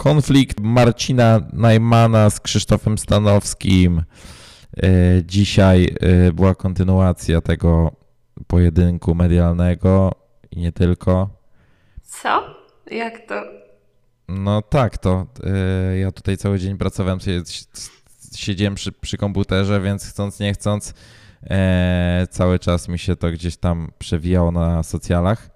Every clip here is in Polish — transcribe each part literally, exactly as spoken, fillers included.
Konflikt Marcina Najmana z Krzysztofem Stanowskim. Dzisiaj była kontynuacja tego pojedynku medialnego i nie tylko. Co? Jak to? No tak, to ja tutaj cały dzień pracowałem, siedziałem przy, przy komputerze, więc chcąc nie chcąc cały czas mi się to gdzieś tam przewijało na socjalach.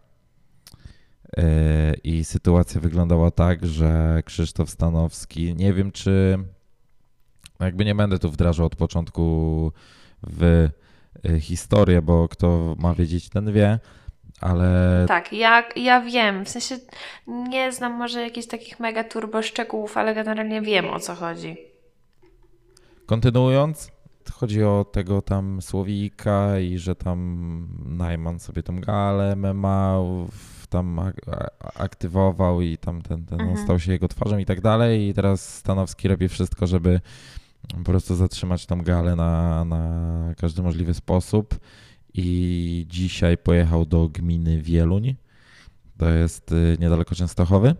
I sytuacja wyglądała tak, że Krzysztof Stanowski, nie wiem czy, jakby nie będę tu wdrażał od początku w historię, bo kto ma wiedzieć, ten wie, ale... Tak, ja, ja wiem, w sensie nie znam może jakichś takich mega turbo szczegółów, ale generalnie wiem, o co chodzi. Kontynuując, chodzi o tego tam Słowika i że tam Najman sobie tą galę M M A tam aktywował i tam ten, ten mhm. on stał się jego twarzą i tak dalej i teraz Stanowski robi wszystko, żeby po prostu zatrzymać tą galę na, na każdy możliwy sposób i dzisiaj pojechał do gminy Wieluń, to jest niedaleko Częstochowy,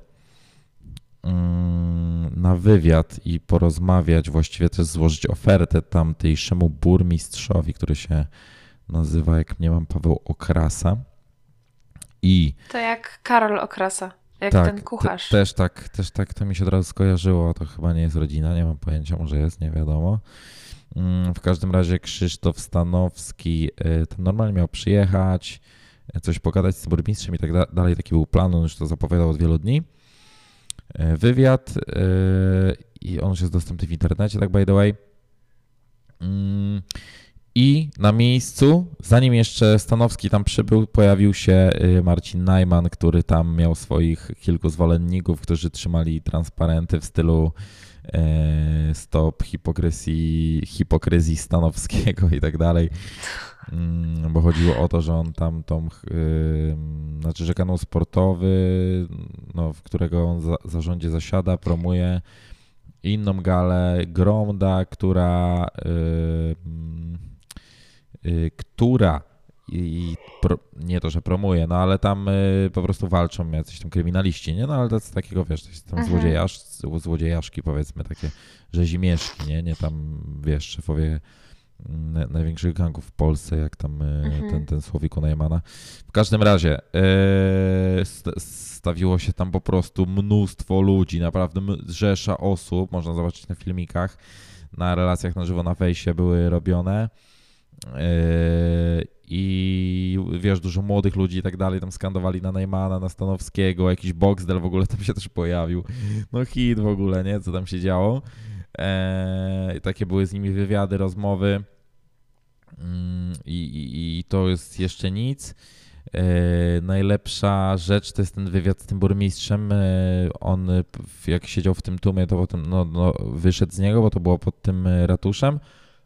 na wywiad i porozmawiać, właściwie też złożyć ofertę tamtejszemu burmistrzowi, który się nazywa, jak nie mam, Paweł Okrasa. I to jak Karol Okrasa, jak tak, ten kucharz. Te, też tak, też tak to mi się od razu skojarzyło, to chyba nie jest rodzina, nie mam pojęcia, może jest, nie wiadomo. W każdym razie Krzysztof Stanowski tam normalnie miał przyjechać, coś pogadać z burmistrzem i tak dalej, taki był plan, on już to zapowiadał od wielu dni. Wywiad i on już jest dostępny w internecie, tak by the way. I na miejscu, zanim jeszcze Stanowski tam przybył, pojawił się Marcin Najman, który tam miał swoich kilku zwolenników, którzy trzymali transparenty w stylu stop hipokryzji, hipokryzji Stanowskiego i tak dalej. Bo chodziło o to, że on tam tą, znaczy, że kanał sportowy, no, w którego on za, zarządzie zasiada, promuje inną galę Gromda, która która i pro, nie to, że promuje, no ale tam y, po prostu walczą jacyś tam kryminaliści, nie? No ale to jest takiego, wiesz, to jest tam mhm. złodziejasz, złodziejaszki, powiedzmy, takie rzezimieszki, nie? Nie tam, wiesz, szefowie na, największych gangów w Polsce, jak tam y, mhm. ten, ten Słowiku Najmana. W każdym razie y, st- stawiło się tam po prostu mnóstwo ludzi, naprawdę rzesza osób, można zobaczyć na filmikach, na relacjach na żywo na fejsie były robione. I wiesz, dużo młodych ludzi i tak dalej tam skandowali na Najmana, na Stanowskiego, jakiś Boxdel w ogóle tam się też pojawił. No hit w ogóle, nie? Co tam się działo. Eee, takie były z nimi wywiady, rozmowy i, i, i to jest jeszcze nic. Eee, najlepsza rzecz to jest ten wywiad z tym burmistrzem. Eee, on jak siedział w tym tłumie, to potem no, no, wyszedł z niego, bo to było pod tym ratuszem.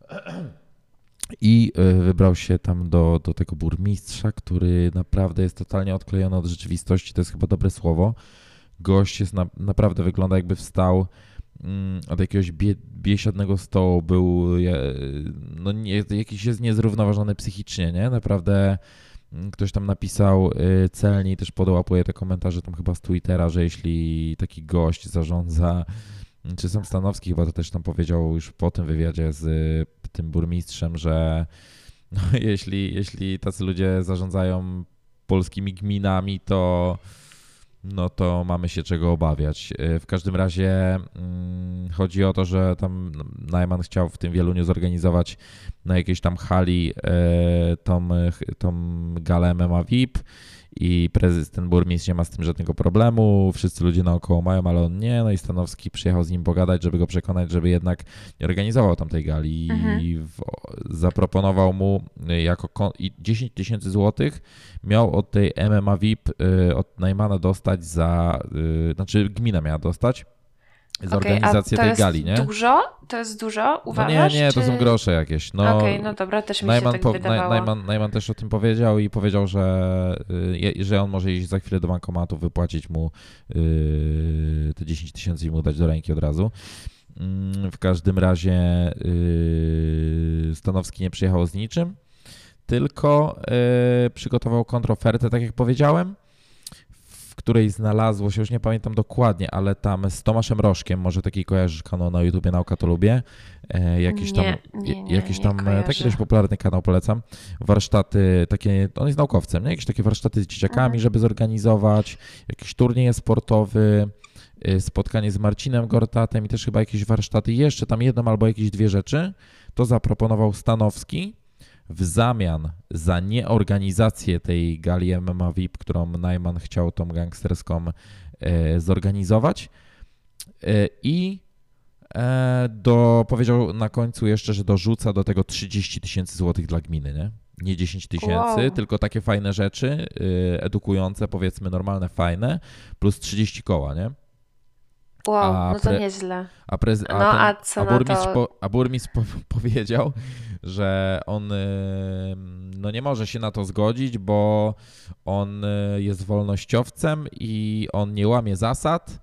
I wybrał się tam do, do tego burmistrza, który naprawdę jest totalnie odklejony od rzeczywistości, to jest chyba dobre słowo. Gość jest na, naprawdę wygląda jakby wstał mm, od jakiegoś bie, biesiadnego stołu, był no, nie, jakiś jest niezrównoważony psychicznie, nie? Naprawdę ktoś tam napisał, celnie też podołapuje te komentarze tam chyba z Twittera, że jeśli taki gość zarządza, czy sam Stanowski chyba to też tam powiedział już po tym wywiadzie z tym burmistrzem, że no, jeśli, jeśli tacy ludzie zarządzają polskimi gminami, to no to mamy się czego obawiać. W każdym razie hmm, chodzi o to, że tam Najman chciał w tym Wieluniu zorganizować na jakiejś tam hali e, tą, tą galę M M A V I P i prezes, ten burmistrz nie ma z tym żadnego problemu, wszyscy ludzie naokoło mają, ale on nie, no i Stanowski przyjechał z nim pogadać, żeby go przekonać, żeby jednak nie organizował tam tej gali mhm. i w, zaproponował mu jako kon, i dziesięć tysięcy złotych miał od tej M M A V I P y, od Najmana dostać za, y, znaczy gmina miała dostać za okay, organizację tej gali, nie? Dużo? To jest dużo? Uważasz? No nie, nie, czy... to są grosze jakieś. No, Okej, okay, no dobra, też mi Najman się tak po, wydawało. Najman, Najman też o tym powiedział i powiedział, że, y, że on może iść za chwilę do bankomatu, wypłacić mu y, te dziesięć tysięcy i mu dać do ręki od razu. Y, w każdym razie y, Stanowski nie przyjechał z niczym, tylko y, przygotował kontrofertę, tak jak powiedziałem, w której znalazło się, już nie pamiętam dokładnie, ale tam z Tomaszem Rożkiem, może taki kojarzysz kanał na YouTubie, Nauka to lubię, e, jakiś tam, Nie, nie, nie, jakiś nie tam e, taki kojarzę. dość popularny kanał, polecam, warsztaty takie, on jest naukowcem, nie? Jakieś takie warsztaty z dzieciakami, Mhm. żeby zorganizować, jakiś turniej sportowy, y, spotkanie z Marcinem Gortatem i też chyba jakieś warsztaty, jeszcze tam jedną albo jakieś dwie rzeczy, to zaproponował Stanowski w zamian za nieorganizację tej gali M M A V I P, którą Najman chciał tą gangsterską e, zorganizować e, i e, do, powiedział na końcu jeszcze, że dorzuca do tego trzydzieści tysięcy złotych dla gminy, nie? Nie dziesięć tysięcy, Wow. tylko takie fajne rzeczy, y, edukujące, powiedzmy normalne, fajne, plus trzydzieści koła, nie? Wow, A no to pre- nieźle. A, prez, a, No ten, a co a na burmistrz, to? po, a burmistrz po, powiedział, że on y, no nie może się na to zgodzić, bo on y, jest wolnościowcem i on nie łamie zasad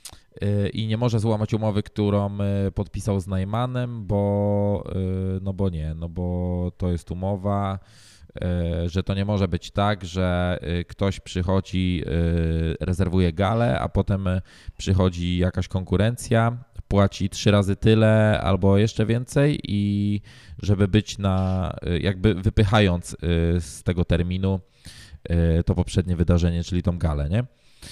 y, i nie może złamać umowy, którą y, podpisał z Najmanem, bo y, no bo nie, no bo to jest umowa, y, że to nie może być tak, że y, ktoś przychodzi, y, rezerwuje galę, a potem y, przychodzi jakaś konkurencja, płaci trzy razy tyle albo jeszcze więcej i żeby być na, y, jakby wypychając y, z tego terminu y, to poprzednie wydarzenie, czyli tą galę, nie?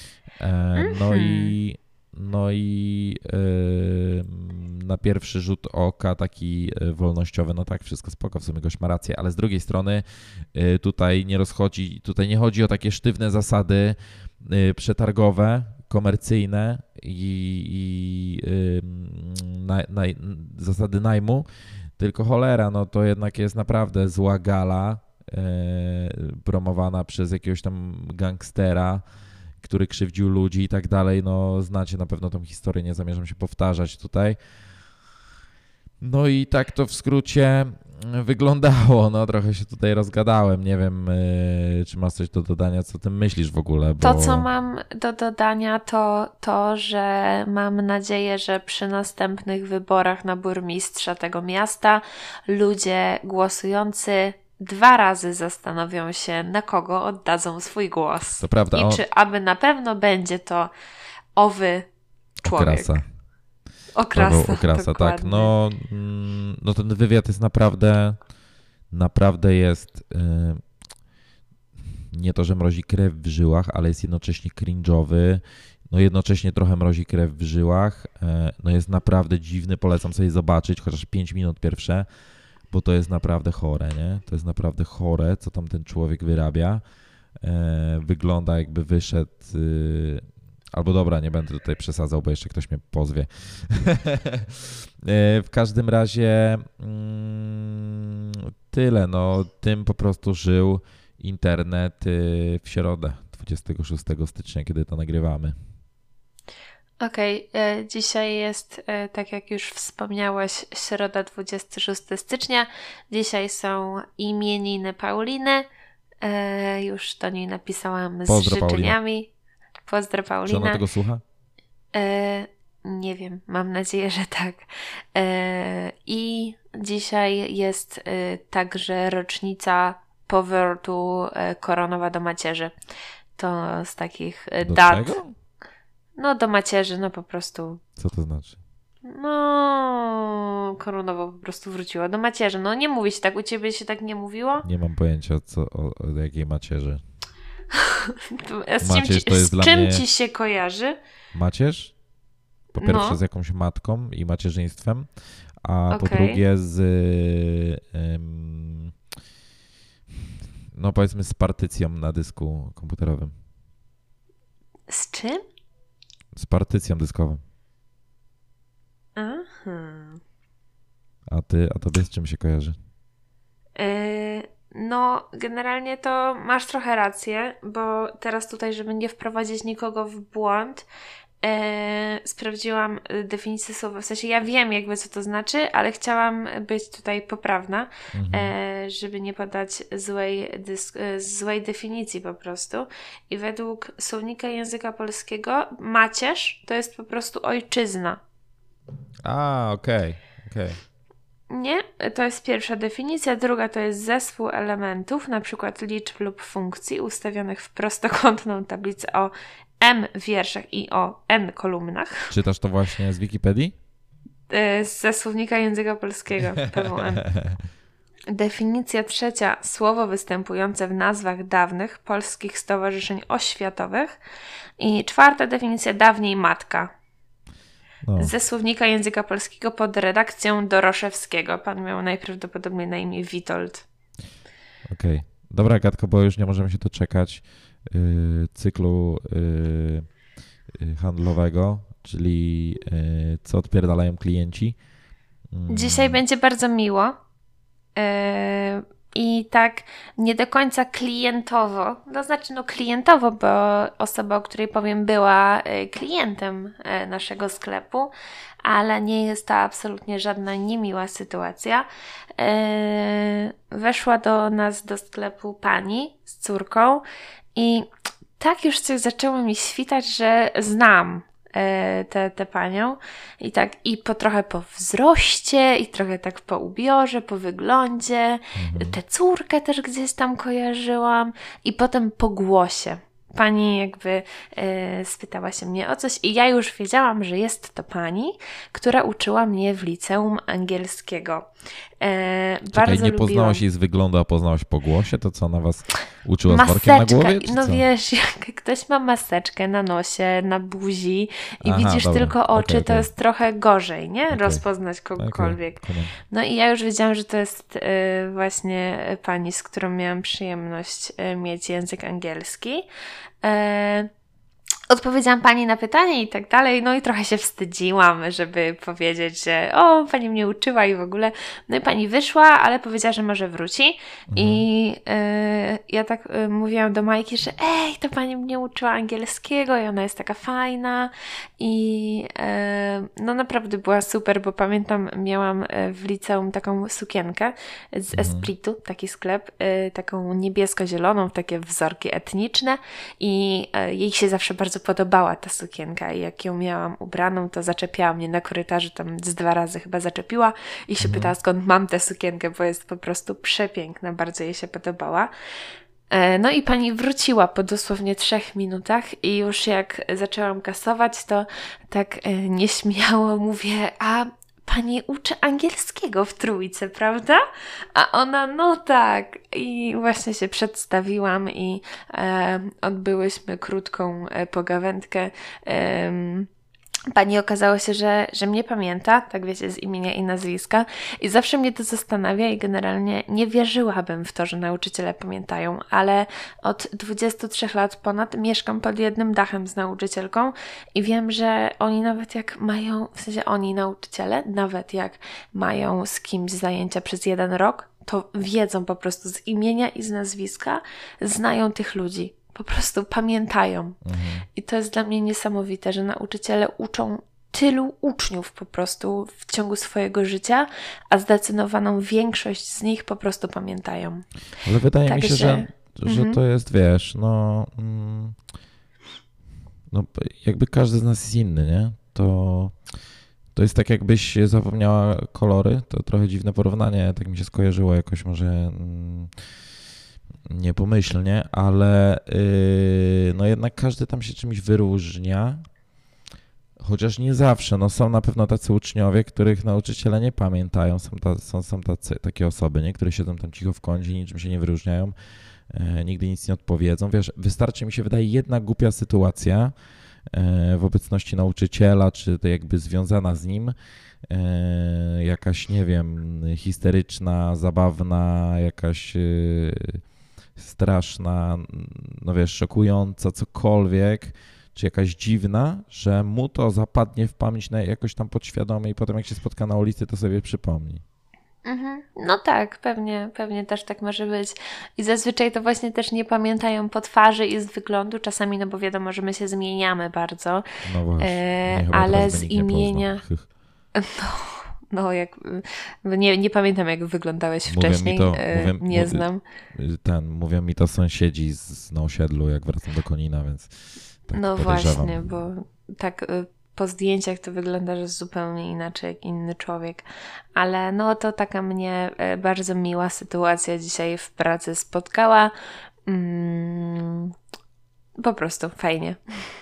E, No Mhm. i no i y, na pierwszy rzut oka taki y, wolnościowy, no tak, wszystko spoko, w sumie gość ma rację, ale z drugiej strony y, tutaj nie rozchodzi, tutaj nie chodzi o takie sztywne zasady y, przetargowe, komercyjne i, i y, na, na, zasady najmu, tylko cholera, no to jednak jest naprawdę zła gala y, promowana przez jakiegoś tam gangstera, który krzywdził ludzi i tak dalej, no znacie na pewno tą historię, nie zamierzam się powtarzać tutaj. No i tak to w skrócie wyglądało, no trochę się tutaj rozgadałem, nie wiem, yy, czy masz coś do dodania, co ty myślisz w ogóle, bo... To, co mam do dodania, to to, że mam nadzieję, że przy następnych wyborach na burmistrza tego miasta ludzie głosujący dwa razy zastanowią się, na kogo oddadzą swój głos. To prawda, I on- czy aby na pewno będzie to owy człowiek. Okrasa. Okrasa, Paweł Okrasa, tak. dokładnie. No, mm, no ten wywiad jest naprawdę, naprawdę jest y, nie to, że mrozi krew w żyłach, ale jest jednocześnie cringe'owy, no jednocześnie trochę mrozi krew w żyłach, y, no jest naprawdę dziwny, polecam sobie zobaczyć, chociaż pięć minut pierwsze, bo to jest naprawdę chore, nie? To jest naprawdę chore, co tam ten człowiek wyrabia. Y, wygląda jakby wyszedł... Y, Albo dobra, nie będę tutaj przesadzał, bo jeszcze ktoś mnie pozwie. W każdym razie mm, tyle, no tym po prostu żył internet y, w środę, dwudziestego szóstego stycznia, kiedy to nagrywamy. Okej, e, dzisiaj jest, e, tak jak już wspomniałeś, środa dwudziestego szóstego stycznia. Dzisiaj są imieniny Pauliny. E, już do niej napisałam z Pozdro, Paulina. życzeniami. Pozdro, Czy ona Paulina. tego słucha? E, nie wiem, mam nadzieję, że tak. E, I dzisiaj jest e, także rocznica powrotu e, Koronowa do macierzy. To z takich e, Do dat. czego? No do macierzy, no po prostu. Co to znaczy? No, Koronowo po prostu wróciła do macierzy. No nie mówi się tak, u ciebie się tak nie mówiło? Nie mam pojęcia, co, o, o jakiej macierzy. Z czym, Macierz ci, to jest z dla czym mnie- ci się kojarzy? Macierz? Po pierwsze No. z jakąś matką i macierzyństwem, a po Okej. drugie z y, ym, no powiedzmy z partycją na dysku komputerowym. Z czym? Z partycją dyskową. Aha. A ty, a tobie z czym się kojarzy? Yy, no, generalnie to masz trochę rację, bo teraz tutaj, żeby nie wprowadzić nikogo w błąd, yy, sprawdziłam y, definicję słowa. W sensie ja wiem jakby co to znaczy, ale chciałam być tutaj poprawna, Mhm. e, żeby nie podać złej, dysk- e, złej definicji po prostu. I według słownika języka polskiego macierz to jest po prostu ojczyzna. A, okej, okej. Nie, to jest pierwsza definicja. Druga to jest zespół elementów, na przykład liczb lub funkcji ustawionych w prostokątną tablicę o M w wierszach i o N kolumnach. Czytasz to właśnie z Wikipedii? Ze słownika języka polskiego, P W N. Definicja trzecia. Słowo występujące w nazwach dawnych polskich stowarzyszeń oświatowych. I czwarta definicja. Dawniej matka. No. Ze słownika języka polskiego pod redakcją Doroszewskiego. Pan miał najprawdopodobniej na imię Witold. Okej. Okay. Dobra, Agatko, bo już nie możemy się doczekać yy, cyklu yy, yy, handlowego, czyli yy, co odpierdalają klienci. Yy. Dzisiaj będzie bardzo miło. Yy, I tak nie do końca klientowo, to znaczy no klientowo, bo osoba, o której powiem, była klientem naszego sklepu, ale nie jest to absolutnie żadna niemiła sytuacja. Yy, weszła do nas do sklepu pani z córką i tak już coś zaczęło mi świtać, że znam Tę te panią i tak i po trochę po wzroście i trochę tak po ubiorze, po wyglądzie, mhm. Tę córkę też gdzieś tam kojarzyłam i potem po głosie. Pani jakby e, spytała się mnie o coś i ja już wiedziałam, że jest to pani, która uczyła mnie w liceum angielskiego. E, Czekaj, bardzo nie lubiłam. Poznałaś jej z wyglądu, a poznałaś po głosie? To co, ona was uczyła z workiem na głowie? Czy no co? wiesz, jak ktoś ma maseczkę na nosie, na buzi i Aha, widzisz dobra. tylko oczy, okay, to okay. jest trochę gorzej, nie? Okay. Rozpoznać kogokolwiek. Okay. No i ja już wiedziałam, że to jest y, właśnie pani, z którą miałam przyjemność y, mieć język angielski. Y, Odpowiedziałam pani na pytanie i tak dalej, no i trochę się wstydziłam, żeby powiedzieć, że o, pani mnie uczyła i w ogóle. No i pani wyszła, ale powiedziała, że może wróci. Mhm. I y, ja tak y, mówiłam do Majki, że ej, to pani mnie uczyła angielskiego i ona jest taka fajna. I y, no naprawdę była super, bo pamiętam, miałam w liceum taką sukienkę z mhm. Espritu, taki sklep, y, taką niebiesko-zieloną, takie wzorki etniczne i y, jej się zawsze bardzo podobała ta sukienka i jak ją miałam ubraną, to zaczepiała mnie na korytarzu, tam z dwa razy chyba zaczepiła i się mhm. pytała, skąd mam tę sukienkę, bo jest po prostu przepiękna, bardzo jej się podobała. No i pani wróciła po dosłownie trzech minutach i już jak zaczęłam kasować, to tak nieśmiało mówię, a pani uczy angielskiego w trójce, prawda? A ona, no tak. I właśnie się przedstawiłam i e, odbyłyśmy krótką e, pogawędkę. E, Pani okazało się, że, że mnie pamięta, tak wiecie, z imienia i nazwiska i zawsze mnie to zastanawia i generalnie nie wierzyłabym w to, że nauczyciele pamiętają, ale od dwudziestu trzech lat ponad mieszkam pod jednym dachem z nauczycielką i wiem, że oni nawet jak mają, w sensie oni nauczyciele, nawet jak mają z kimś zajęcia przez jeden rok, to wiedzą po prostu z imienia i z nazwiska, znają tych ludzi. Po prostu pamiętają. Mhm. I to jest dla mnie niesamowite, że nauczyciele uczą tylu uczniów po prostu w ciągu swojego życia, a zdecydowaną większość z nich po prostu pamiętają. Ale wydaje tak mi się, że, że, że mhm. to jest, wiesz, no, mm, no jakby każdy z nas jest inny, nie? To, to jest tak, jakbyś zapomniała kolory. To trochę dziwne porównanie, tak mi się skojarzyło jakoś może... Mm, niepomyślnie, ale yy, no jednak każdy tam się czymś wyróżnia, chociaż nie zawsze. No są na pewno tacy uczniowie, których nauczyciele nie pamiętają, są, ta, są, są tacy, takie osoby, nie? Które siedzą tam cicho w kącie, niczym się nie wyróżniają, yy, nigdy nic nie odpowiedzą. Wiesz, wystarczy mi się wydaje jedna głupia sytuacja yy, w obecności nauczyciela, czy to jakby związana z nim, yy, jakaś, nie wiem, histeryczna, zabawna, jakaś... Yy, straszna, no wiesz, szokująca, cokolwiek, czy jakaś dziwna, że mu to zapadnie w pamięć na jakoś tam podświadomie i potem jak się spotka na ulicy, to sobie przypomni. Mhm. No tak, pewnie, pewnie też tak może być. I zazwyczaj to właśnie też nie pamiętają po twarzy i z wyglądu, czasami, no bo wiadomo, że my się zmieniamy bardzo, no właśnie, e, ale z imienia... No. No, jak nie, nie pamiętam, jak wyglądałeś mówię wcześniej, mi to, e, mówię, nie mówię, znam. Ten, mówią mi to sąsiedzi z, na osiedlu, jak wracam do Konina, więc tak no podejrzewam. właśnie, bo tak po zdjęciach to wygląda, że zupełnie inaczej, jak inny człowiek. Ale no to taka mnie bardzo miła sytuacja dzisiaj w pracy spotkała. Mm, po prostu fajnie.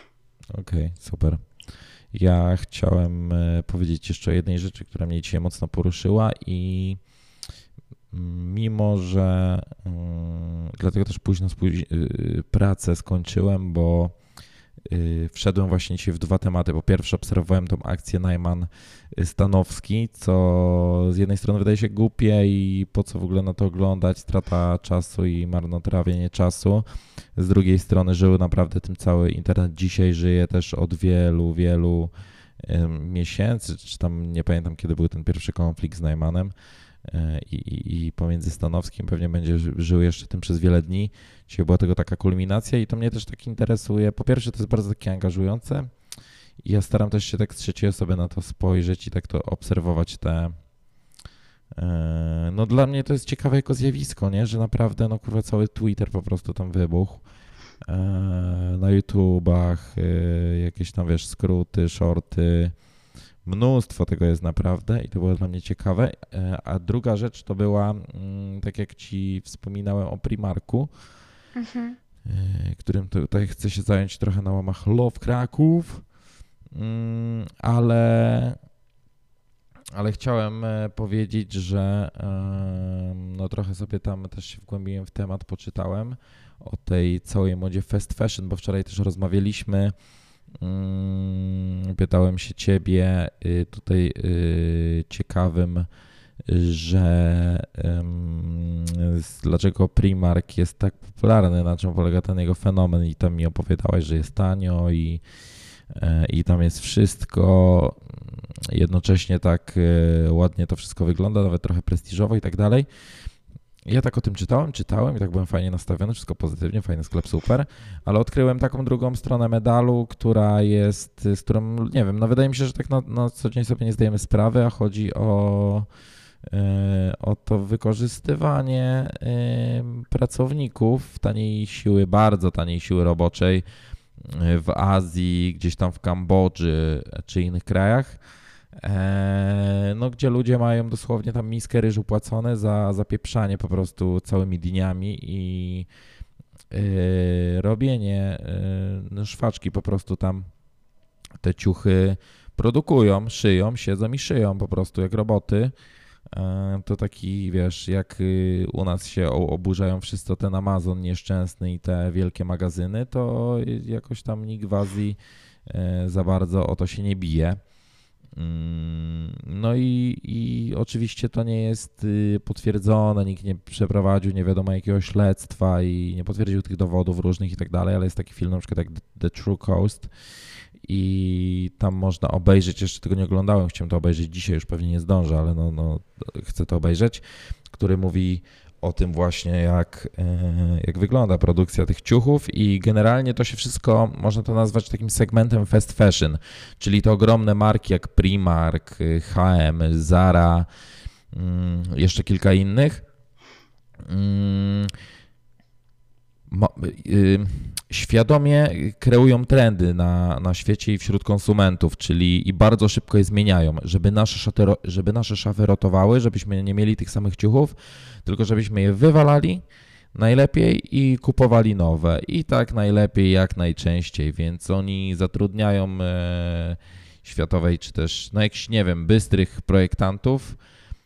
Okej, super. Ja chciałem e, powiedzieć jeszcze o jednej rzeczy, która mnie dzisiaj mocno poruszyła i mm, mimo, że mm, dlatego też późno spóź- y, pracę skończyłem, bo y, wszedłem właśnie dzisiaj w dwa tematy. Po pierwsze obserwowałem tą akcję Najman Stanowski, co z jednej strony wydaje się głupie i po co w ogóle na to oglądać, strata czasu i marnotrawienie czasu. Z drugiej strony żył naprawdę tym cały internet. Dzisiaj żyje też od wielu, wielu em, miesięcy, czy tam nie pamiętam kiedy był ten pierwszy konflikt z Najmanem e, i, i, i pomiędzy Stanowskim, pewnie będzie ży- żył jeszcze tym przez wiele dni. Dzisiaj była tego taka kulminacja i to mnie też tak interesuje. Po pierwsze to jest bardzo takie angażujące i ja staram też się tak z trzeciej osoby na to spojrzeć i tak to obserwować te. e, No dla mnie to jest ciekawe jako zjawisko, nie? Że naprawdę no kurwa cały Twitter po prostu tam wybuchł. E, Na YouTubach, e, jakieś tam wiesz skróty, shorty, mnóstwo tego jest naprawdę i to było dla mnie ciekawe. E, A druga rzecz to była, mm, tak jak ci wspominałem o Primarku, Mhm. e, którym tutaj chcę się zająć trochę na łamach Love Kraków, mm, ale, ale chciałem e, powiedzieć, że em, no trochę sobie tam też się wgłębiłem w temat, poczytałem o tej całej modzie fast fashion, bo wczoraj też rozmawialiśmy. Mm, Pytałem się ciebie y, tutaj y, ciekawym, że em, z- dlaczego Primark jest tak popularny, na czym polega ten jego fenomen i tam mi opowiadałeś, że jest tanio i, e, i tam jest wszystko, jednocześnie tak e, ładnie to wszystko wygląda, nawet trochę prestiżowo i tak dalej. Ja tak o tym czytałem, czytałem i tak byłem fajnie nastawiony, wszystko pozytywnie, fajny sklep, super, ale odkryłem taką drugą stronę medalu, która jest, z którą, nie wiem, no wydaje mi się, że tak na, na co dzień sobie nie zdajemy sprawy, a chodzi o, e, o to wykorzystywanie e, pracowników taniej siły, bardzo taniej siły roboczej e, w Azji, gdzieś tam w Kambodży czy innych krajach. Eee, no, gdzie ludzie mają dosłownie tam miskę ryżu płacone za zapieprzanie po prostu całymi dniami i yy, robienie yy, no, szwaczki po prostu tam te ciuchy produkują, szyją, siedzą i szyją po prostu jak roboty. Eee, to taki, wiesz, jak yy, u nas się o- oburzają wszyscy o ten Amazon nieszczęsny i te wielkie magazyny, to jakoś tam nikt w Azji yy, za bardzo o to się nie bije. Mm, No i, i oczywiście to nie jest y, potwierdzone, nikt nie przeprowadził nie wiadomo jakiego śledztwa i nie potwierdził tych dowodów różnych i tak dalej, ale jest taki film na przykład jak The The True Cost i tam można obejrzeć, jeszcze tego nie oglądałem, chciałem to obejrzeć dzisiaj, już pewnie nie zdążę, ale no, no chcę to obejrzeć, który mówi o tym właśnie, jak, e, jak wygląda produkcja tych ciuchów i generalnie to się wszystko, można to nazwać takim segmentem fast fashion, czyli to ogromne marki jak Primark, y, H and M, Zara, mm, jeszcze kilka innych. mm, mo- y, Świadomie kreują trendy na, na świecie i wśród konsumentów, czyli i bardzo szybko je zmieniają, żeby nasze, szaty, ro- żeby nasze szafy rotowały, żebyśmy nie mieli tych samych ciuchów, tylko żebyśmy je wywalali najlepiej i kupowali nowe. I tak najlepiej, jak najczęściej, więc oni zatrudniają e, światowej, czy też, no jakichś, nie wiem, bystrych projektantów,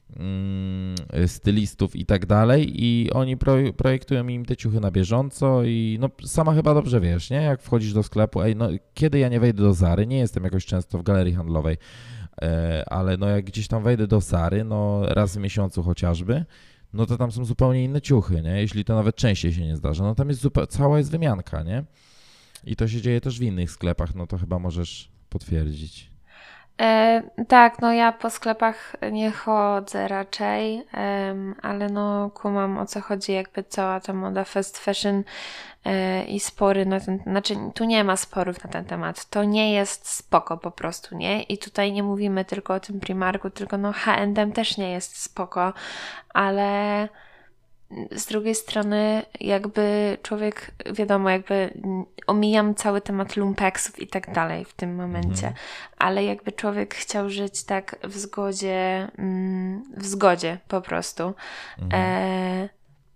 mm, stylistów i tak dalej i oni pro, projektują im te ciuchy na bieżąco i no sama chyba dobrze wiesz, nie? Jak wchodzisz do sklepu, ej, no kiedy ja nie wejdę do Zary, nie jestem jakoś często w galerii handlowej, e, ale no jak gdzieś tam wejdę do Zary, no raz w miesiącu chociażby, no to tam są zupełnie inne ciuchy, nie? Jeśli to nawet częściej się nie zdarza, no tam jest zupełnie, cała jest wymianka, nie? I to się dzieje też w innych sklepach, no to chyba możesz potwierdzić. E, tak, no ja po sklepach nie chodzę raczej, em, ale no kumam o co chodzi, jakby cała ta moda fast fashion e, i spory na ten, znaczy tu nie ma sporów na ten temat, to nie jest spoko po prostu, nie? I tutaj nie mówimy tylko o tym Primarku, tylko no H and M też nie jest spoko, ale z drugiej strony jakby człowiek, wiadomo, jakby mm, omijam cały temat lumpeksów i tak dalej w tym momencie, Mhm. ale jakby człowiek chciał żyć tak w zgodzie, mm, w zgodzie po prostu, Mhm. e,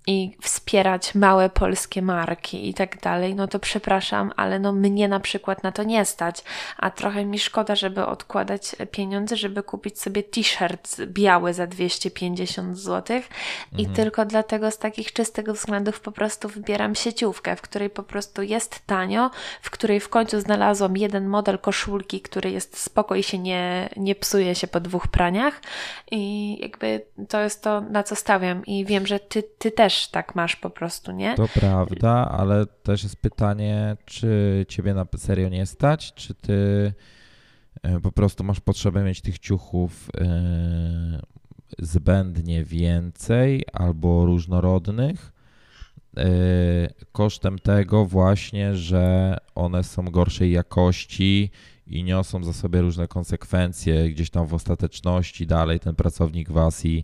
i wspierać małe polskie marki i tak dalej, no to przepraszam, ale no mnie na przykład na to nie stać, a trochę mi szkoda, żeby odkładać pieniądze, żeby kupić sobie t-shirt biały za dwieście pięćdziesiąt złotych i Mhm. tylko dlatego z takich czystych względów po prostu wybieram sieciówkę, w której po prostu jest tanio, w której w końcu znalazłam jeden model koszulki, który jest spoko i się nie, nie psuje się po dwóch praniach i jakby to jest to, na co stawiam i wiem, że ty, ty też tak masz po prostu, nie? To prawda, ale też jest pytanie, czy ciebie na serio nie stać, czy ty e, po prostu masz potrzebę mieć tych ciuchów e, zbędnie więcej albo różnorodnych, e, kosztem tego właśnie, że one są gorszej jakości i niosą za sobie różne konsekwencje gdzieś tam w ostateczności dalej ten pracownik was i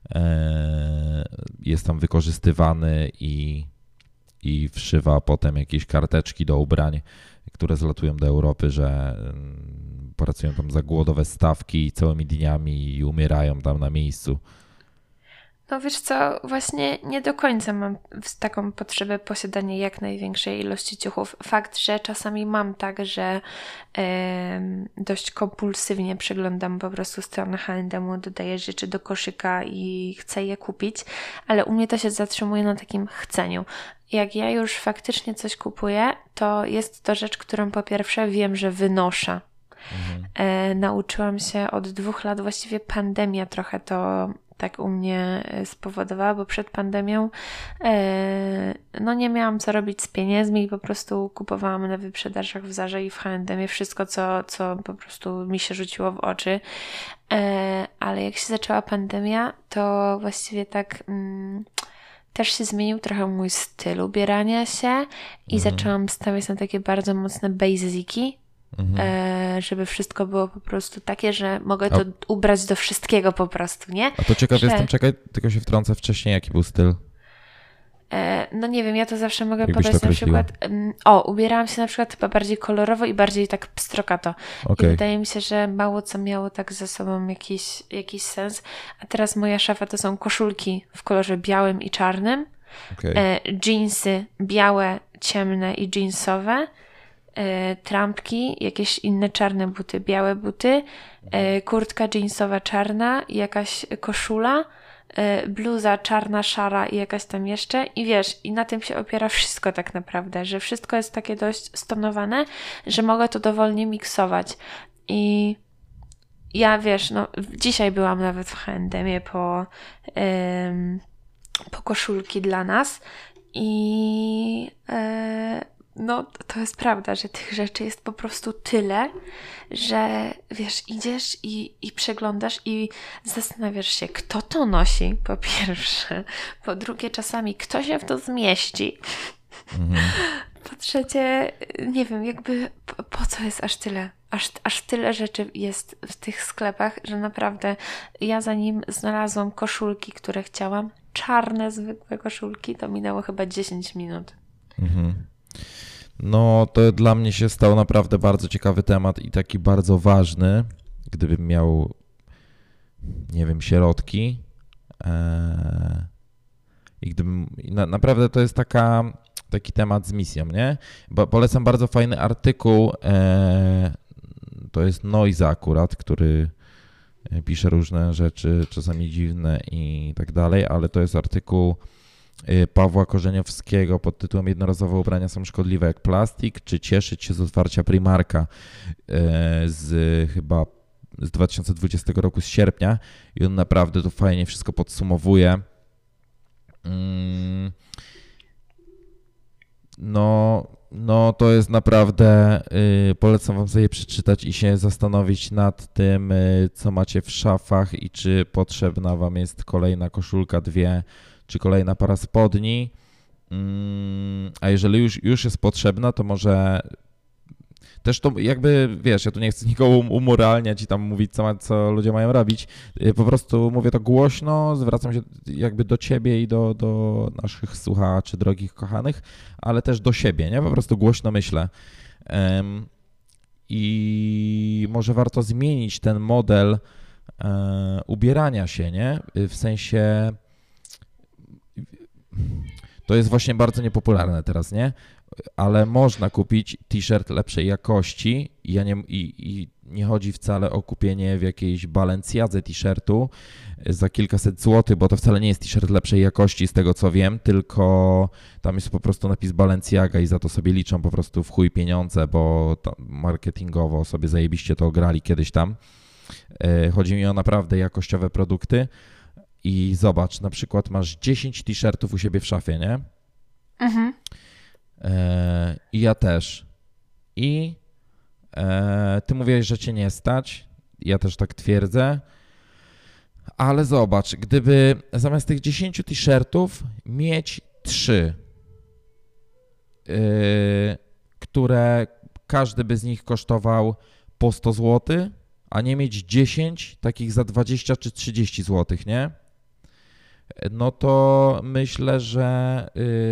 e, jest tam wykorzystywany i, i wszywa potem jakieś karteczki do ubrań, które zlatują do Europy, że mm, pracują tam za głodowe stawki całymi dniami i umierają tam na miejscu. No wiesz co, właśnie nie do końca mam w- taką potrzebę posiadania jak największej ilości ciuchów. Fakt, że czasami mam tak, że em, dość kompulsywnie przeglądam po prostu stronę H and M, dodaję rzeczy do koszyka i chcę je kupić, ale u mnie to się zatrzymuje na takim chceniu. Jak ja już faktycznie coś kupuję, to jest to rzecz, którą po pierwsze wiem, że wynoszę. Mhm. E, nauczyłam się od dwóch lat, właściwie pandemia trochę to tak u mnie e, spowodowała, bo przed pandemią e, no nie miałam co robić z pieniędzmi i po prostu kupowałam na wyprzedażach w Zarze i w H and M wszystko, co, co po prostu mi się rzuciło w oczy. E, ale jak się zaczęła pandemia, to właściwie tak... Mm, też się zmienił trochę mój styl ubierania się i Mhm. zaczęłam stawiać na takie bardzo mocne basiki, Mhm. e, żeby wszystko było po prostu takie, że mogę A- to ubrać do wszystkiego po prostu, nie? A to ciekaw Że- jestem, czekaj, tylko się wtrącę wcześniej, jaki był styl. E, no nie wiem, ja to zawsze mogę Jakbyś podać to na określiła? przykład, em, o, ubierałam się na przykład chyba bardziej kolorowo i bardziej tak pstrokato. I Okej, wydaje mi się, że mało co miało tak ze sobą jakiś, jakiś sens. A teraz moja szafa to są koszulki w kolorze białym i czarnym, okej. e, dżinsy białe, ciemne i jeansowe, e, trampki, jakieś inne czarne buty, białe buty, e, kurtka jeansowa czarna i jakaś koszula, e, bluza czarna, szara i jakaś tam jeszcze i wiesz, i na tym się opiera wszystko tak naprawdę, że wszystko jest takie dość stonowane, że mogę to dowolnie miksować i ja wiesz, no dzisiaj byłam nawet w H and M po, em, po koszulki dla nas i e, no to jest prawda, że tych rzeczy jest po prostu tyle, że wiesz, idziesz i, i przeglądasz i zastanawiasz się, kto to nosi, po pierwsze, po drugie czasami kto się w to zmieści, Mhm. po trzecie, nie wiem, jakby po, po co jest aż tyle? Aż, aż tyle rzeczy jest w tych sklepach, że naprawdę ja zanim znalazłam koszulki, które chciałam, czarne, zwykłe koszulki, to minęło chyba dziesięć minut. Mhm. No, to dla mnie się stał naprawdę bardzo ciekawy temat i taki bardzo ważny, gdybym miał, nie wiem, środki. Eee, I gdybym, i na, naprawdę to jest taka, taki temat z misją, nie? Bo polecam bardzo fajny artykuł, eee, to jest Noiza akurat, który pisze różne rzeczy, czasami dziwne i tak dalej, ale to jest artykuł Pawła Korzeniowskiego pod tytułem Jednorazowe ubrania są szkodliwe jak plastik, czy cieszyć się z otwarcia Primarka z chyba z dwa tysiące dwudziestego roku, z sierpnia i on naprawdę to fajnie wszystko podsumowuje. No, no to jest naprawdę, yy, polecam wam sobie przeczytać i się zastanowić nad tym, yy, co macie w szafach i czy potrzebna wam jest kolejna koszulka, dwie, czy kolejna para spodni. Yy, a jeżeli już, już jest potrzebna, to może też to jakby, wiesz, ja tu nie chcę nikogo um- umoralniać i tam mówić, co, ma, co ludzie mają robić. Yy, Po prostu mówię to głośno, zwracam się jakby do ciebie i do, do naszych słuchaczy, drogich, kochanych, ale też do siebie, nie? Po prostu głośno myślę. Em, I może warto zmienić ten model e, ubierania się, nie? W sensie to jest właśnie bardzo niepopularne teraz, nie? Ale można kupić t-shirt lepszej jakości i, ja nie, i, i nie chodzi wcale o kupienie w jakiejś Balenciadze t-shirtu za kilkaset złotych, bo to wcale nie jest t-shirt lepszej jakości z tego co wiem, tylko tam jest po prostu napis Balenciaga i za to sobie liczą po prostu w chuj pieniądze, bo marketingowo sobie zajebiście to ograli kiedyś tam. Chodzi mi o naprawdę jakościowe produkty i zobacz, na przykład masz dziesięć t-shirtów u siebie w szafie, nie? Mhm. E, I ja też. I e, ty mówiłeś, że cię nie stać. Ja też tak twierdzę. Ale zobacz, gdyby zamiast tych dziesięciu t-shirtów mieć trzy, yy, które każdy by z nich kosztował po sto złotych, a nie mieć dziesięć takich za dwadzieścia czy trzydzieści złotych, nie? No to myślę, że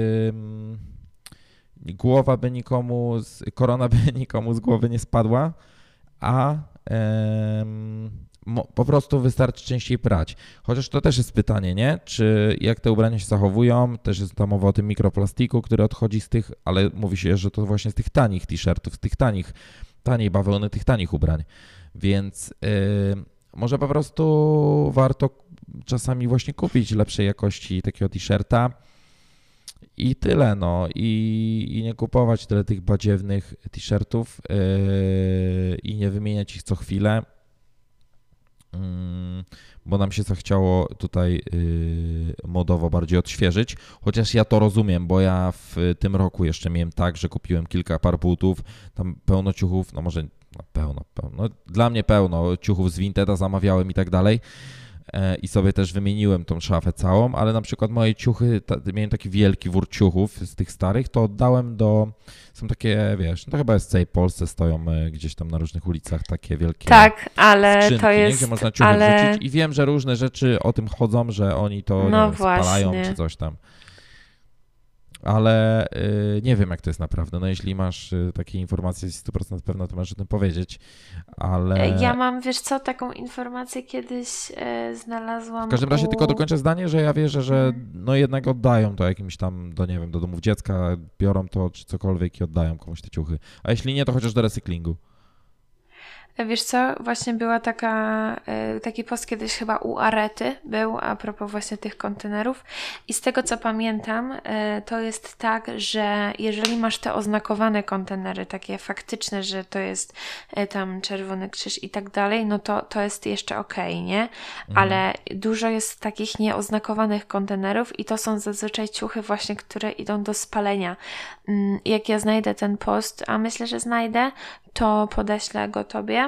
yy, głowa by nikomu, z, korona by nikomu z głowy nie spadła, a yy, mo, po prostu wystarczy częściej prać. Chociaż to też jest pytanie, nie? Czy jak te ubrania się zachowują, też jest tam mowa o tym mikroplastiku, który odchodzi z tych, ale mówi się, że to właśnie z tych tanich t-shirtów, z tych tanich, taniej bawełny, tych tanich ubrań. Więc yy, może po prostu warto czasami właśnie kupić lepszej jakości takiego t-shirta i tyle, no. I, i nie kupować tyle tych badziewnych t-shirtów yy, i nie wymieniać ich co chwilę, yy, bo nam się zachciało tutaj yy, modowo bardziej odświeżyć. Chociaż ja to rozumiem, bo ja w tym roku jeszcze miałem tak, że kupiłem kilka par butów, tam pełno ciuchów, no może no pełno, pełno, no dla mnie pełno ciuchów z Vinteda zamawiałem i tak dalej. I sobie też wymieniłem tą szafę całą, ale na przykład moje ciuchy, ta, miałem taki wielki wór ciuchów z tych starych, to oddałem do, są takie, wiesz, no to chyba jest w całej Polsce, stoją gdzieś tam na różnych ulicach takie wielkie tak, ale skrzynki, to jest, nie, gdzie można ciuchy ale... wrzucić i wiem, że różne rzeczy o tym chodzą, że oni to no nie wiem, spalają właśnie. czy coś tam. Ale y, nie wiem, jak to jest naprawdę. No jeśli masz y, takie informacje sto procent pewno, to możesz o tym powiedzieć, ale... Ja mam, wiesz co, taką informację kiedyś e, znalazłam W każdym razie u... tylko dokończę zdanie, że ja wierzę, że no jednak oddają to jakimś tam, do nie wiem, do domów dziecka, biorą to czy cokolwiek i oddają komuś te ciuchy. A jeśli nie, to chociaż do recyklingu. Wiesz co, właśnie była taka, taki post kiedyś chyba u Arety był a propos właśnie tych kontenerów i z tego co pamiętam to jest tak, że jeżeli masz te oznakowane kontenery, takie faktyczne, że to jest tam Czerwony Krzyż i tak dalej, no to to jest jeszcze okej, nie? Mhm. Ale dużo jest takich nieoznakowanych kontenerów i to są zazwyczaj ciuchy właśnie, które idą do spalenia. Jak ja znajdę ten post, a myślę, że znajdę, to podeślę go tobie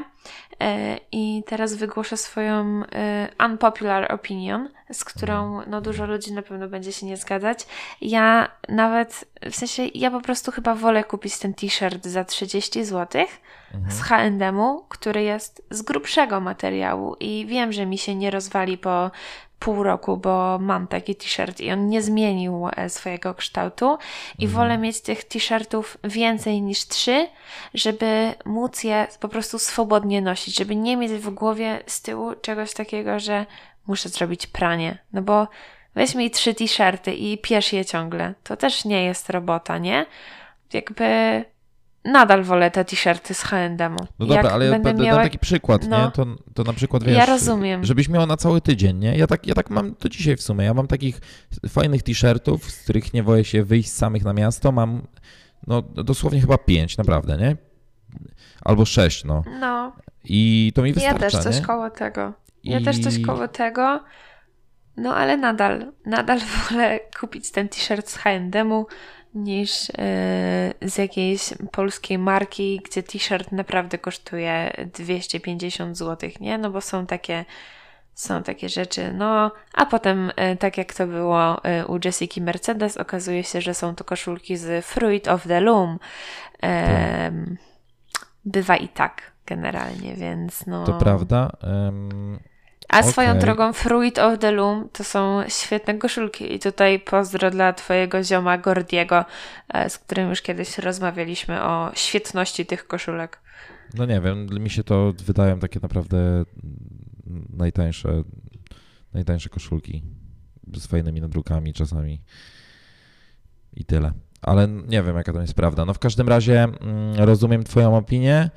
i teraz wygłoszę swoją unpopular opinion, z którą no, dużo ludzi na pewno będzie się nie zgadzać. Ja nawet, w sensie ja po prostu chyba wolę kupić ten t-shirt za trzydzieści złotych mhm. z H and M-u, który jest z grubszego materiału i wiem, że mi się nie rozwali po pół roku, bo mam taki t-shirt i on nie zmienił swojego kształtu i mhm. wolę mieć tych t-shirtów więcej niż trzy, żeby móc je po prostu swobodnie nosić, żeby nie mieć w głowie z tyłu czegoś takiego, że muszę zrobić pranie, no bo weź mi trzy t-shirty i piesz je ciągle, to też nie jest robota, nie? Jakby... Nadal wolę te t-shirty z H and M-u. No dobra, jak ale ja dam miała... taki przykład, no, nie? To, to na przykład, wiesz, ja rozumiem. żebyś miała na cały tydzień, nie? Ja tak, ja tak mam do dzisiaj w sumie. Ja mam takich fajnych t-shirtów, z których nie boję się wyjść samych na miasto. Mam, no dosłownie chyba pięć, naprawdę, nie? Albo sześć, no. No. I to mi wystarcza, Ja też coś nie? koło tego. Ja I... też coś koło tego. No ale nadal, nadal wolę kupić ten t-shirt z H and M-u niż yy, z jakiejś polskiej marki, gdzie t-shirt naprawdę kosztuje dwieście pięćdziesiąt złotych, nie? No bo są takie, są takie rzeczy, no a potem yy, tak jak to było yy, u Jessiki Mercedes, okazuje się, że są to koszulki z Fruit of the Loom. Yy, bywa i tak generalnie, więc no... To prawda. Um... A swoją okay. drogą Fruit of the Loom to są świetne koszulki i tutaj pozdro dla twojego zioma Gordiego, z którym już kiedyś rozmawialiśmy o świetności tych koszulek. No nie wiem, mi się to wydają takie naprawdę najtańsze, najtańsze koszulki z fajnymi nadrukami czasami. i tyle. Ale nie wiem, jaka to jest prawda. No w każdym razie mm, rozumiem twoją opinię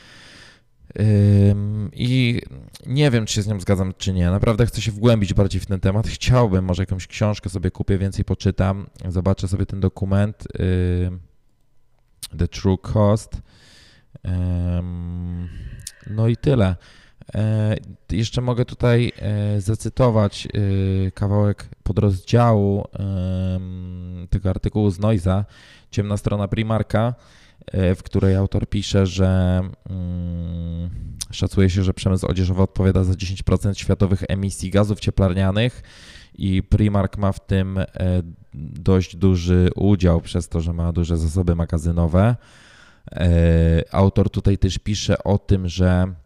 ym, i nie wiem, czy się z nią zgadzam, czy nie. Naprawdę chcę się wgłębić bardziej w ten temat. Chciałbym, może jakąś książkę sobie kupię, więcej poczytam, zobaczę sobie ten dokument ym, The True Cost. Ym, no i tyle. E, jeszcze mogę tutaj e, zacytować e, kawałek podrozdziału e, tego artykułu z Noiza, ciemna strona Primarka, e, w której autor pisze, że mm, szacuje się, że przemysł odzieżowy odpowiada za dziesięć procent światowych emisji gazów cieplarnianych i Primark ma w tym e, dość duży udział przez to, że ma duże zasoby magazynowe. E, autor tutaj też pisze o tym, że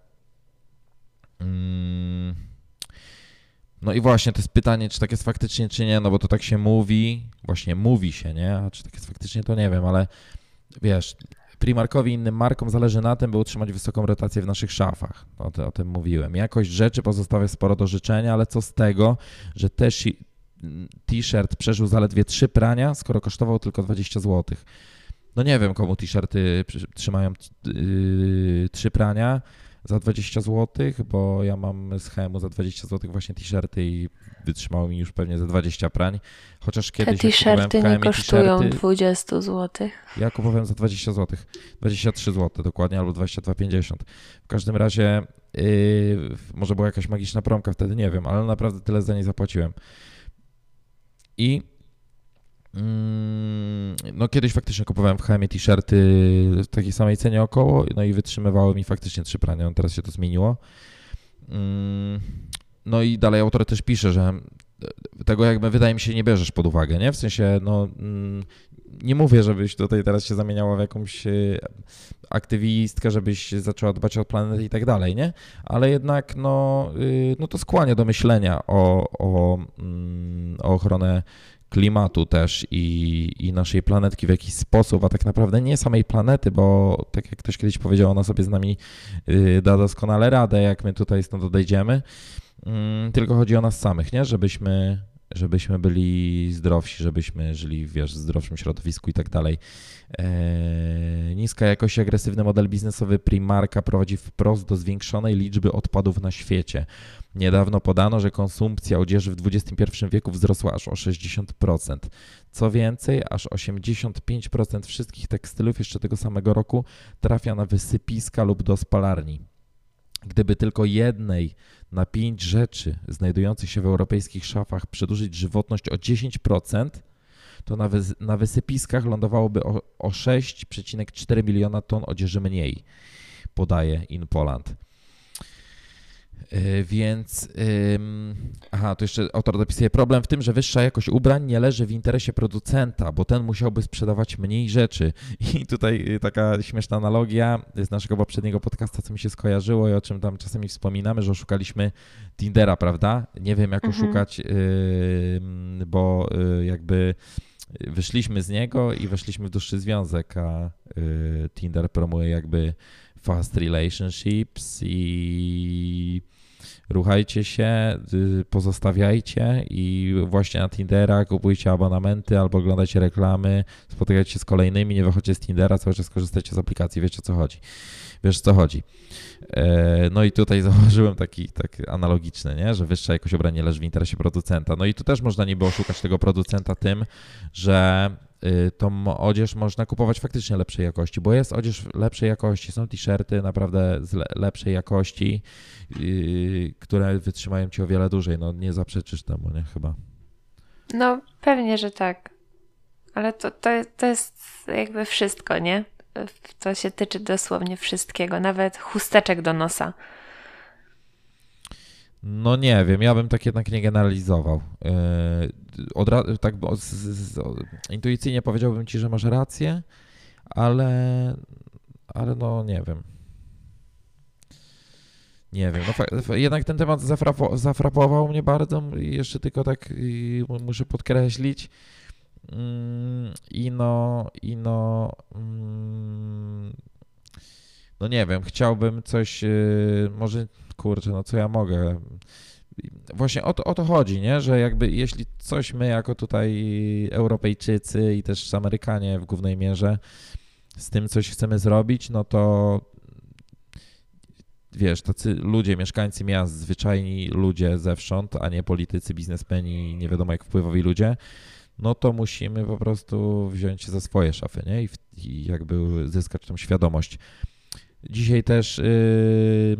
no i właśnie to jest pytanie, czy tak jest faktycznie, czy nie, no bo to tak się mówi, właśnie mówi się, nie, a czy tak jest faktycznie, to nie wiem, ale wiesz, Primarkowi i innym markom zależy na tym, by utrzymać wysoką rotację w naszych szafach, o, ty, o tym mówiłem. Jakość rzeczy pozostawia sporo do życzenia, ale co z tego, że też t-shirt przeżył zaledwie trzy prania, skoro kosztował tylko dwadzieścia złotych. No nie wiem, komu t-shirty trzymają yy, trzy prania za dwadzieścia złotych, bo ja mam z H M u za dwadzieścia złotych właśnie t-shirty i wytrzymało mi już pewnie za dwadzieścia prań. Chociaż kiedyś te t-shirty nie kosztują t-shirty, dwadzieścia złotych. ja kupowałem za dwadzieścia złotych, dwadzieścia trzy złote dokładnie, albo dwadzieścia dwa pięćdziesiąt. W każdym razie yy, może była jakaś magiczna promka wtedy, nie wiem, ale naprawdę tyle za nie zapłaciłem. I no kiedyś faktycznie kupowałem w H M ie t-shirty w takiej samej cenie około, no i wytrzymywało mi faktycznie trzy prania, no teraz się to zmieniło. No i dalej autor też pisze, że tego jakby wydaje mi się nie bierzesz pod uwagę, nie? W sensie, no nie mówię, żebyś tutaj teraz się zamieniała w jakąś aktywistkę, żebyś zaczęła dbać o planetę i tak dalej, nie? Ale jednak no, no to skłania do myślenia o, o, o ochronę klimatu też i, i naszej planetki w jakiś sposób, a tak naprawdę nie samej planety, bo tak jak ktoś kiedyś powiedział, ona sobie z nami y, da doskonale radę, jak my tutaj stąd odejdziemy, y, tylko chodzi o nas samych, nie? Żebyśmy, żebyśmy byli zdrowsi, żebyśmy żyli, wiesz, w zdrowszym środowisku i tak dalej. E, niska jakość i agresywny model biznesowy Primarka prowadzi wprost do zwiększonej liczby odpadów na świecie. Niedawno podano, że konsumpcja odzieży w dwudziestym pierwszym wieku wzrosła aż o sześćdziesiąt procent. Co więcej, aż osiemdziesiąt pięć procent wszystkich tekstylów jeszcze tego samego roku trafia na wysypiska lub do spalarni. Gdyby tylko jednej na pięć rzeczy znajdujących się w europejskich szafach przedłużyć żywotność o dziesięć procent, to na, wy, na wysypiskach lądowałoby o, o sześć przecinek cztery miliona ton odzieży mniej, podaje InPoland. Yy, więc, yy, aha, tu jeszcze autor dopisuje, problem w tym, że wyższa jakość ubrań nie leży w interesie producenta, bo ten musiałby sprzedawać mniej rzeczy. I tutaj taka śmieszna analogia z naszego poprzedniego podcasta, co mi się skojarzyło i o czym tam czasami wspominamy, że oszukaliśmy Tindera, prawda? Nie wiem, jak mhm. oszukać, yy, bo yy, jakby wyszliśmy z niego i weszliśmy w dłuższy związek, a yy, Tinder promuje jakby fast relationships i ruchajcie się, pozostawiajcie i właśnie na Tindera kupujcie abonamenty albo oglądajcie reklamy, spotykajcie się z kolejnymi, nie wychodźcie z Tindera, cały czas korzystajcie z aplikacji, wiecie o co chodzi. Wiesz, co chodzi. No i tutaj zauważyłem taki tak analogiczny, nie? Że wyższa jakość ubrań nie leży w interesie producenta. No i tu też można niby oszukać tego producenta tym, że tą odzież można kupować faktycznie lepszej jakości, bo jest odzież lepszej jakości, są t-shirty naprawdę z lepszej jakości, yy, które wytrzymają ci o wiele dłużej, no nie zaprzeczysz temu, nie? Chyba. No pewnie, że tak, ale to, to, to jest jakby wszystko, nie? To się tyczy dosłownie wszystkiego, nawet chusteczek do nosa. No nie wiem, ja bym tak jednak nie generalizował. Yy, od ra- tak z, z, z, intuicyjnie powiedziałbym ci, że masz rację, ale, ale no nie wiem. Nie wiem, no fa- jednak ten temat zafrapo- zafrapował mnie bardzo i jeszcze tylko tak yy, muszę podkreślić. Yy, I no, i no, yy, no nie wiem, chciałbym coś, yy, może kurczę, no co ja mogę. właśnie o to, o to chodzi, nie? Że jakby jeśli coś my jako tutaj Europejczycy i też Amerykanie w głównej mierze z tym coś chcemy zrobić, no to wiesz, tacy ludzie, mieszkańcy miast, zwyczajni ludzie zewsząd, a nie politycy, biznesmeni, nie wiadomo jak wpływowi ludzie, no to musimy po prostu wziąć się za swoje szafy, nie? I, w, i jakby zyskać tą świadomość. Dzisiaj też yy,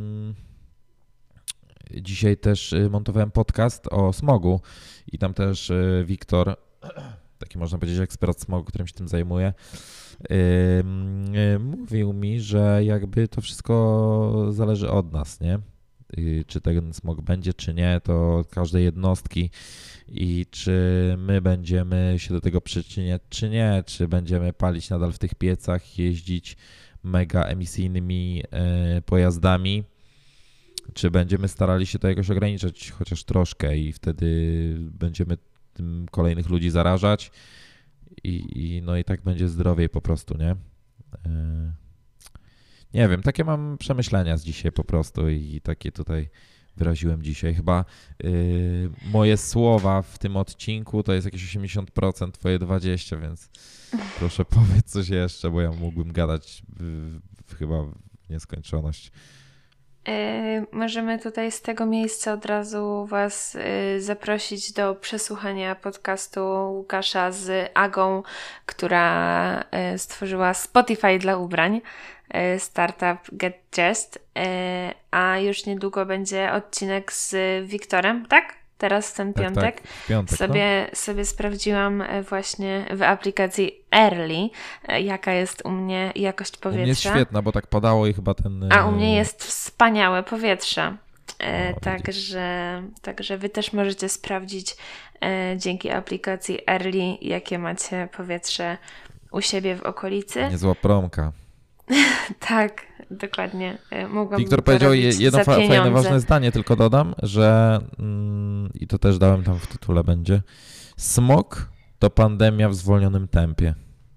dzisiaj też montowałem podcast o smogu i tam też yy, Wiktor, taki można powiedzieć ekspert smogu, którym się tym zajmuje, yy, yy, mówił mi, że jakby to wszystko zależy od nas, nie? Yy, czy ten smog będzie, czy nie, to od każdej jednostki i czy my będziemy się do tego przyczyniać, czy nie, czy będziemy palić nadal w tych piecach, jeździć mega emisyjnymi yy, pojazdami, czy będziemy starali się to jakoś ograniczać chociaż troszkę i wtedy będziemy tym kolejnych ludzi zarażać i, i no i tak będzie zdrowiej po prostu, nie? Yy, nie wiem, takie mam przemyślenia z dzisiaj po prostu i takie tutaj wyraziłem dzisiaj. Chyba yy, moje słowa w tym odcinku to jest jakieś osiemdziesiąt procent, twoje dwadzieścia procent, więc proszę powiedz coś jeszcze, bo ja mógłbym gadać w, w, chyba w nieskończoność. Yy, możemy tutaj z tego miejsca od razu Was yy, zaprosić do przesłuchania podcastu Łukasza z Agą, która yy, stworzyła Spotify dla ubrań, yy, startup Get Dressed, yy, a już niedługo będzie odcinek z Wiktorem, tak? Teraz ten tak, piątek. Tak, w piątek sobie, no. sobie sprawdziłam właśnie w aplikacji Early, jaka jest u mnie jakość powietrza. U mnie jest świetna, bo tak padało i chyba ten... A u mnie jest wspaniałe powietrze. E, no, także, także wy też możecie sprawdzić e, dzięki aplikacji Early, jakie macie powietrze u siebie w okolicy. Niezła promka. Tak, dokładnie. Mogłabym Wiktor to powiedział robić jedno za fa- fajne, pieniądze. ważne zdanie, tylko dodam, że mm, i to też dałem tam w tytule będzie. Smog to pandemia w zwolnionym tempie.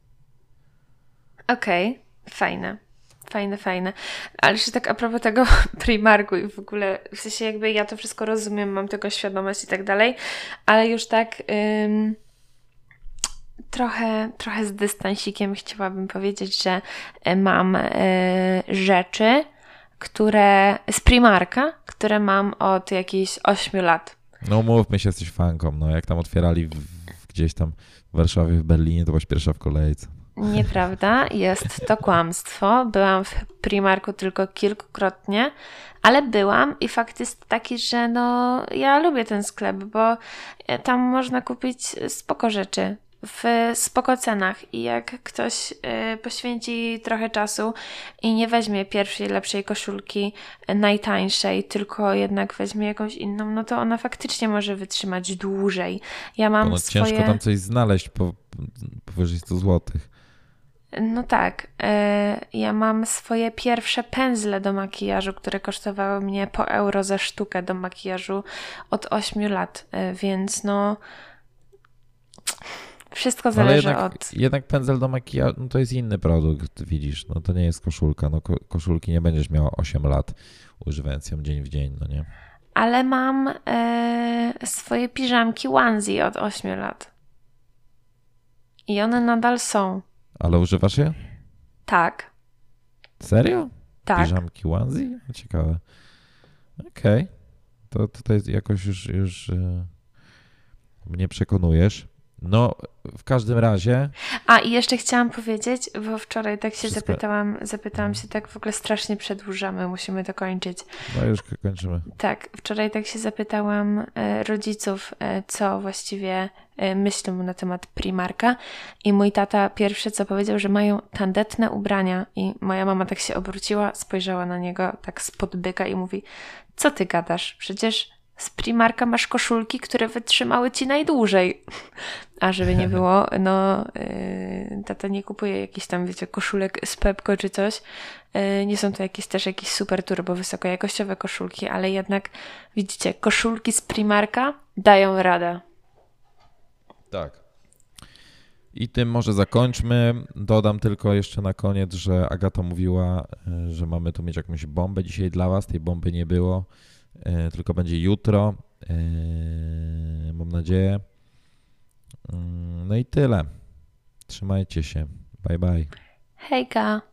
Okej, okay. Fajne. Fajne, fajne. Ale jeszcze tak a propos tego Primarku i w ogóle, w sensie jakby ja to wszystko rozumiem, mam tego świadomość i tak dalej, ale już tak ym, trochę, trochę z dystansikiem chciałabym powiedzieć, że mam y, rzeczy, które z Primarka, które mam od jakichś ośmiu lat. No umówmy się, jesteś fanką, no jak tam otwierali w, w, gdzieś tam w Warszawie, w Berlinie, to byłaś pierwsza w kolejce. Nieprawda, jest to kłamstwo. Byłam w Primarku tylko kilkukrotnie, ale byłam i fakt jest taki, że no ja lubię ten sklep, bo tam można kupić spoko rzeczy w spoko cenach i jak ktoś y, poświęci trochę czasu i nie weźmie pierwszej, lepszej koszulki najtańszej, tylko jednak weźmie jakąś inną, no to ona faktycznie może wytrzymać dłużej. Ja mam no, swoje... Ciężko tam coś znaleźć po, powyżej sto złotych. No tak, yy, ja mam swoje pierwsze pędzle do makijażu, które kosztowały mnie po euro za sztukę do makijażu od ośmiu lat, yy, więc no wszystko zależy Ale jednak, od... jednak pędzel do makijażu no to jest inny produkt, widzisz, no to nie jest koszulka, no ko- koszulki nie będziesz miała osiem lat używając ją dzień w dzień, no nie? Ale mam yy, swoje piżamki onesie od ośmiu lat i one nadal są. Ale używasz je? Tak. Serio? Tak. Piżamki onesie? Ciekawe. Okej. Okay. To tutaj jakoś już, już yy, mnie przekonujesz. No, w każdym razie... A i jeszcze chciałam powiedzieć, bo wczoraj tak się Wszystko... zapytałam, zapytałam się, tak w ogóle strasznie przedłużamy, musimy to kończyć. No już kończymy. Tak, wczoraj tak się zapytałam e, rodziców, e, co właściwie e, myślą na temat Primarka i mój tata pierwsze co powiedział, że mają tandetne ubrania i moja mama tak się obróciła, spojrzała na niego tak spod byka i mówi, co ty gadasz, przecież z Primarka masz koszulki, które wytrzymały ci najdłużej. A żeby nie było, no yy, tata nie kupuje jakichś tam, wiecie, koszulek z Pepko czy coś. Yy, nie są to jakieś też jakieś super turbo wysokojakościowe koszulki, ale jednak widzicie, koszulki z Primarka dają radę. Tak. I tym może zakończmy. Dodam tylko jeszcze na koniec, że Agata mówiła, że mamy tu mieć jakąś bombę dzisiaj dla was. Tej bomby nie było. Tylko będzie jutro. Eee, mam nadzieję. Mm, No i tyle. Trzymajcie się. Bye bye. Hejka!